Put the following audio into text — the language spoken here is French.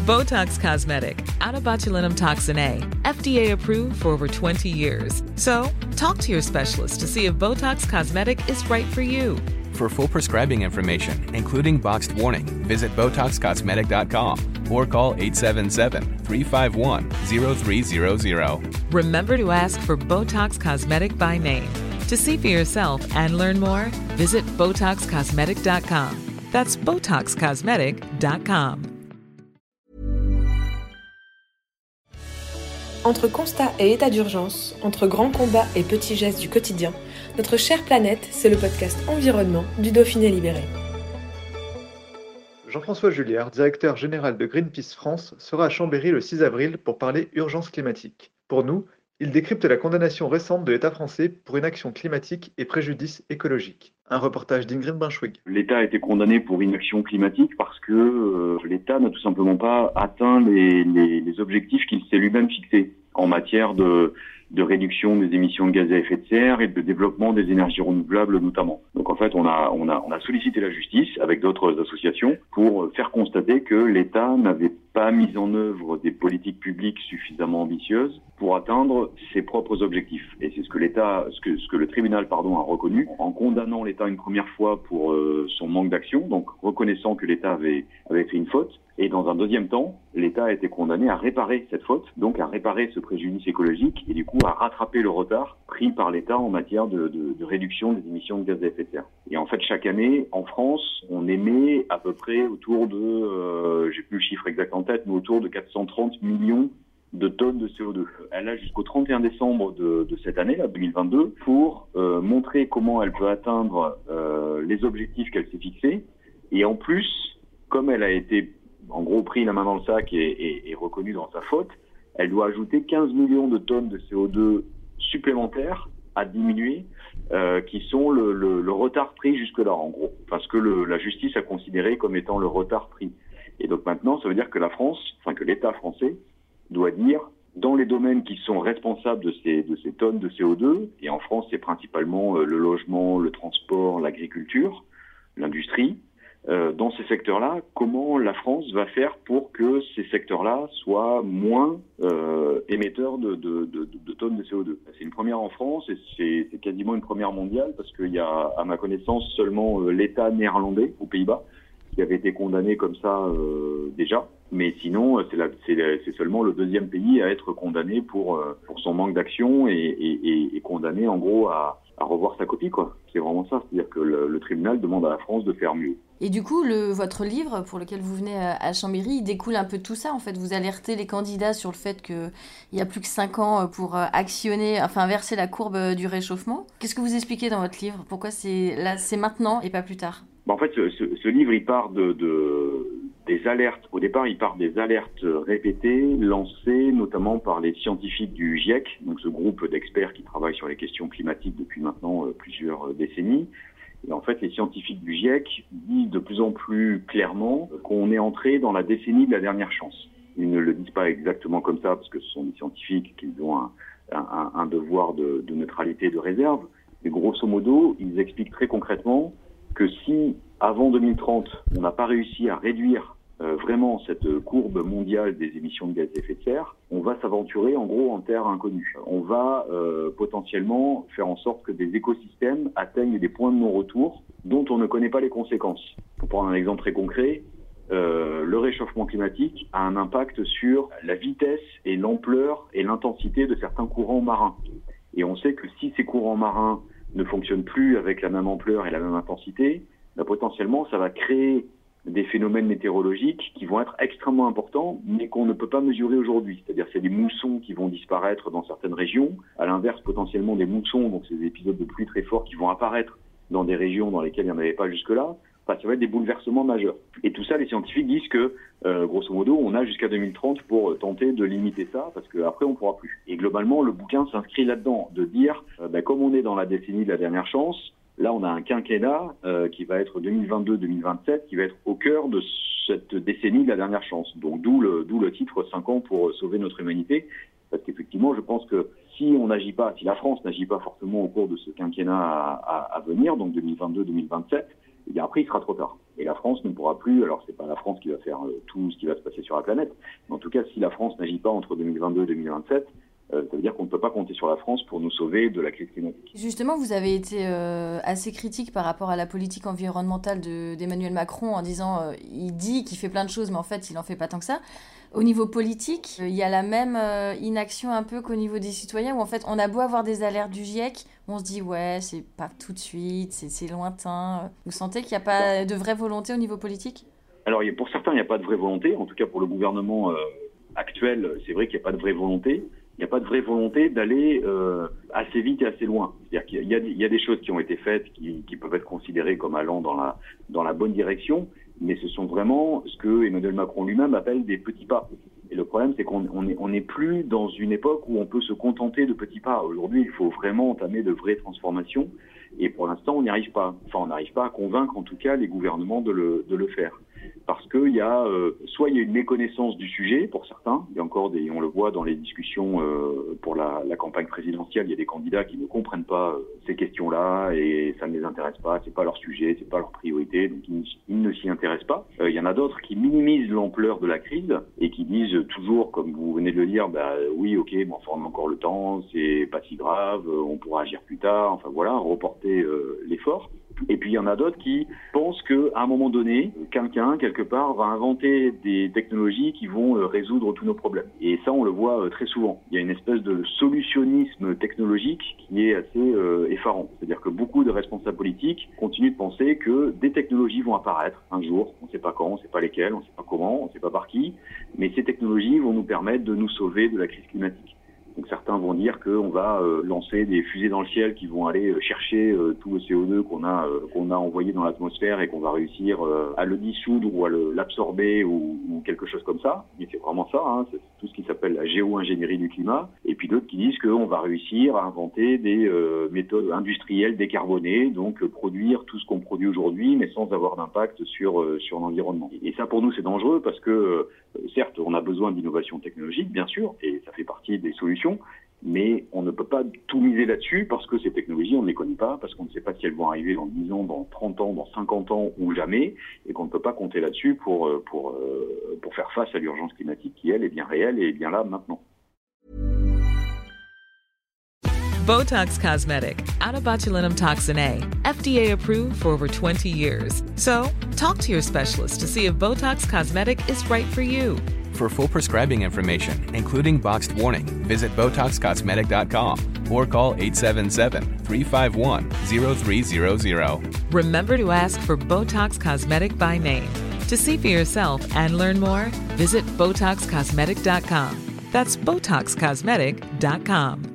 Botox Cosmetic, out of botulinum toxin A, FDA approved for over 20 years. So, talk to your specialist to see if Botox Cosmetic is right for you. For full prescribing information, including boxed warning, visit BotoxCosmetic.com or call 877-351-0300. Remember to ask for Botox Cosmetic by name. To see for yourself and learn more, visit BotoxCosmetic.com. That's BotoxCosmetic.com. Entre constat et état d'urgence, entre grands combats et petits gestes du quotidien, notre chère planète, c'est le podcast Environnement du Dauphiné Libéré. Jean-François Julière, directeur général de Greenpeace France, sera à Chambéry le 6 avril pour parler urgence climatique. Pour nous, il décrypte la condamnation récente de l'État français pour inaction climatique et préjudice écologique. Un reportage d'Ingrid Benchwig. L'État a été condamné pour inaction climatique parce que l'État n'a tout simplement pas atteint les objectifs qu'il s'est lui-même fixés en matière de réduction des émissions de gaz à effet de serre et de développement des énergies renouvelables notamment. Donc en fait, on a sollicité la justice avec d'autres associations pour faire constater que l'État n'avait pas mis en œuvre des politiques publiques suffisamment ambitieuses pour atteindre ses propres objectifs. Et c'est ce que le tribunal a reconnu en condamnant l'État une première fois pour son manque d'action, donc reconnaissant que l'État avait fait une faute. Et dans un deuxième temps, l'État a été condamné à réparer cette faute, donc à réparer ce préjudice écologique et du coup à rattraper le retard pris par l'État en matière de réduction des émissions de gaz à effet de serre. Et en fait, chaque année, en France, on émet à peu près autour de, j'ai plus le chiffre exact en tête, mais autour de 430 millions de tonnes de CO2. Elle a jusqu'au 31 décembre de cette année, là, 2022, pour montrer comment elle peut atteindre les objectifs qu'elle s'est fixés. Et en plus, comme elle a été en gros pris la main dans le sac et reconnue dans sa faute, elle doit ajouter 15 millions de tonnes de CO2 supplémentaires à diminuer, qui sont le retard pris jusque-là, en gros. Parce que la justice a considéré comme étant le retard pris. Et donc maintenant, ça veut dire que que l'État français doit dire, dans les domaines qui sont responsables de ces tonnes de CO2, et en France, c'est principalement le logement, le transport, l'agriculture, l'industrie, dans ces secteurs-là, comment la France va faire pour que ces secteurs-là soient moins émetteurs de tonnes de CO2. C'est une première en France et c'est quasiment une première mondiale parce qu'il y a, à ma connaissance, seulement l'État néerlandais aux Pays-Bas qui avait été condamné comme ça déjà. Mais sinon, c'est seulement le deuxième pays à être condamné pour son manque d'action et condamné en gros à revoir sa copie, quoi. C'est vraiment ça, c'est-à-dire que le tribunal demande à la France de faire mieux. Et du coup, votre livre pour lequel vous venez à Chambéry, il découle un peu de tout ça en fait. Vous alertez les candidats sur le fait qu'il y a plus que 5 ans pour inverser la courbe du réchauffement. Qu'est-ce que vous expliquez dans votre livre ? Pourquoi c'est maintenant et pas plus tard ? En fait, ce livre, il part des alertes. Au départ, il part des alertes répétées, lancées notamment par les scientifiques du GIEC, donc ce groupe d'experts qui travaillent sur les questions climatiques depuis maintenant plusieurs décennies. Et en fait, les scientifiques du GIEC disent de plus en plus clairement qu'on est entré dans la décennie de la dernière chance. Ils ne le disent pas exactement comme ça, parce que ce sont des scientifiques qui ont un devoir de neutralité et de réserve. Mais grosso modo, ils expliquent très concrètement que si, avant 2030, on n'a pas réussi à réduire vraiment cette courbe mondiale des émissions de gaz à effet de serre, on va s'aventurer en gros en terre inconnue. On va potentiellement faire en sorte que des écosystèmes atteignent des points de non-retour dont on ne connaît pas les conséquences. Pour prendre un exemple très concret, le réchauffement climatique a un impact sur la vitesse et l'ampleur et l'intensité de certains courants marins. Et on sait que si ces courants marins ne fonctionnent plus avec la même ampleur et la même intensité, potentiellement ça va créer des phénomènes météorologiques qui vont être extrêmement importants, mais qu'on ne peut pas mesurer aujourd'hui. C'est-à-dire c'est des moussons qui vont disparaître dans certaines régions, à l'inverse potentiellement des moussons, donc ces épisodes de pluie très forts qui vont apparaître dans des régions dans lesquelles il n'y en avait pas jusque-là. Enfin, ça va être des bouleversements majeurs. Et tout ça, les scientifiques disent que, grosso modo, on a jusqu'à 2030 pour tenter de limiter ça, parce qu'après, on ne pourra plus. Et globalement, le bouquin s'inscrit là-dedans, de dire, comme on est dans la décennie de la dernière chance, là, on a un quinquennat qui va être 2022-2027, qui va être au cœur de cette décennie de la dernière chance. Donc, d'où le titre 5 ans pour sauver notre humanité. Parce qu'effectivement, je pense que si la France n'agit pas fortement au cours de ce quinquennat à venir, donc 2022-2027, et bien après, il sera trop tard. Et la France ne pourra plus, alors c'est pas la France qui va faire tout ce qui va se passer sur la planète, mais en tout cas, si la France n'agit pas entre 2022 et 2027, ça veut dire qu'on ne peut pas compter sur la France pour nous sauver de la crise climatique. Justement, vous avez été assez critique par rapport à la politique environnementale d'Emmanuel Macron en disant il dit qu'il fait plein de choses, mais en fait, il n'en fait pas tant que ça. Au niveau politique, il y a la même inaction un peu qu'au niveau des citoyens, où en fait, on a beau avoir des alertes du GIEC, on se dit ouais, c'est pas tout de suite, c'est lointain. Vous sentez qu'il n'y a pas de vraie volonté au niveau politique ? Alors, pour certains, il n'y a pas de vraie volonté. En tout cas, pour le gouvernement actuel, c'est vrai qu'il n'y a pas de vraie volonté. Il n'y a pas de vraie volonté d'aller assez vite et assez loin. C'est-à-dire qu'il y a des choses qui ont été faites qui peuvent être considérées comme allant dans la bonne direction, mais ce sont vraiment ce que Emmanuel Macron lui-même appelle des petits pas. Et le problème, c'est qu'on n'est plus dans une époque où on peut se contenter de petits pas. Aujourd'hui, il faut vraiment entamer de vraies transformations. Et pour l'instant, on n'y arrive pas. Enfin, on n'arrive pas à convaincre, en tout cas, les gouvernements de le faire. Parce que soit il y a une méconnaissance du sujet pour certains. Il y a encore on le voit dans les discussions pour la campagne présidentielle, il y a des candidats qui ne comprennent pas ces questions-là et ça ne les intéresse pas. C'est pas leur sujet, c'est pas leur priorité, donc ils ne s'y intéressent pas. Il y en a d'autres qui minimisent l'ampleur de la crise et qui disent toujours, comme vous venez de le dire, oui, ok, bon, enfin, on a encore le temps, c'est pas si grave, on pourra agir plus tard. Enfin voilà, reporter l'effort. Et puis il y en a d'autres qui pensent qu'à un moment donné, quelqu'un, quelque part, va inventer des technologies qui vont résoudre tous nos problèmes. Et ça, on le voit très souvent. Il y a une espèce de solutionnisme technologique qui est assez effarant. C'est-à-dire que beaucoup de responsables politiques continuent de penser que des technologies vont apparaître un jour. On ne sait pas quand, on ne sait pas lesquelles, on ne sait pas comment, on ne sait pas par qui. Mais ces technologies vont nous permettre de nous sauver de la crise climatique. Donc certains vont dire qu'on va lancer des fusées dans le ciel qui vont aller chercher tout le CO2 qu'on a envoyé dans l'atmosphère et qu'on va réussir à le dissoudre ou à l'absorber ou quelque chose comme ça. Mais c'est vraiment ça, hein, c'est tout ce qui s'appelle la géo-ingénierie du climat. Et puis d'autres qui disent qu'on va réussir à inventer des méthodes industrielles décarbonées, donc produire tout ce qu'on produit aujourd'hui, mais sans avoir d'impact sur l'environnement. Et ça, pour nous, c'est dangereux parce que certes, on a besoin d'innovation technologique, bien sûr, et ça fait partie des solutions, mais on ne peut pas tout miser là-dessus parce que ces technologies, on ne les connaît pas, parce qu'on ne sait pas si elles vont arriver dans 10 ans, dans 30 ans, dans 50 ans ou jamais, et qu'on ne peut pas compter là-dessus pour faire face à l'urgence climatique qui, elle, est bien réelle et est bien là maintenant. Botox Cosmetic, out of botulinum toxin A, FDA approved for over 20 years. So, talk to your specialist to see if Botox Cosmetic is right for you. For full prescribing information, including boxed warning, visit BotoxCosmetic.com or call 877-351-0300. Remember to ask for Botox Cosmetic by name. To see for yourself and learn more, visit BotoxCosmetic.com. That's BotoxCosmetic.com.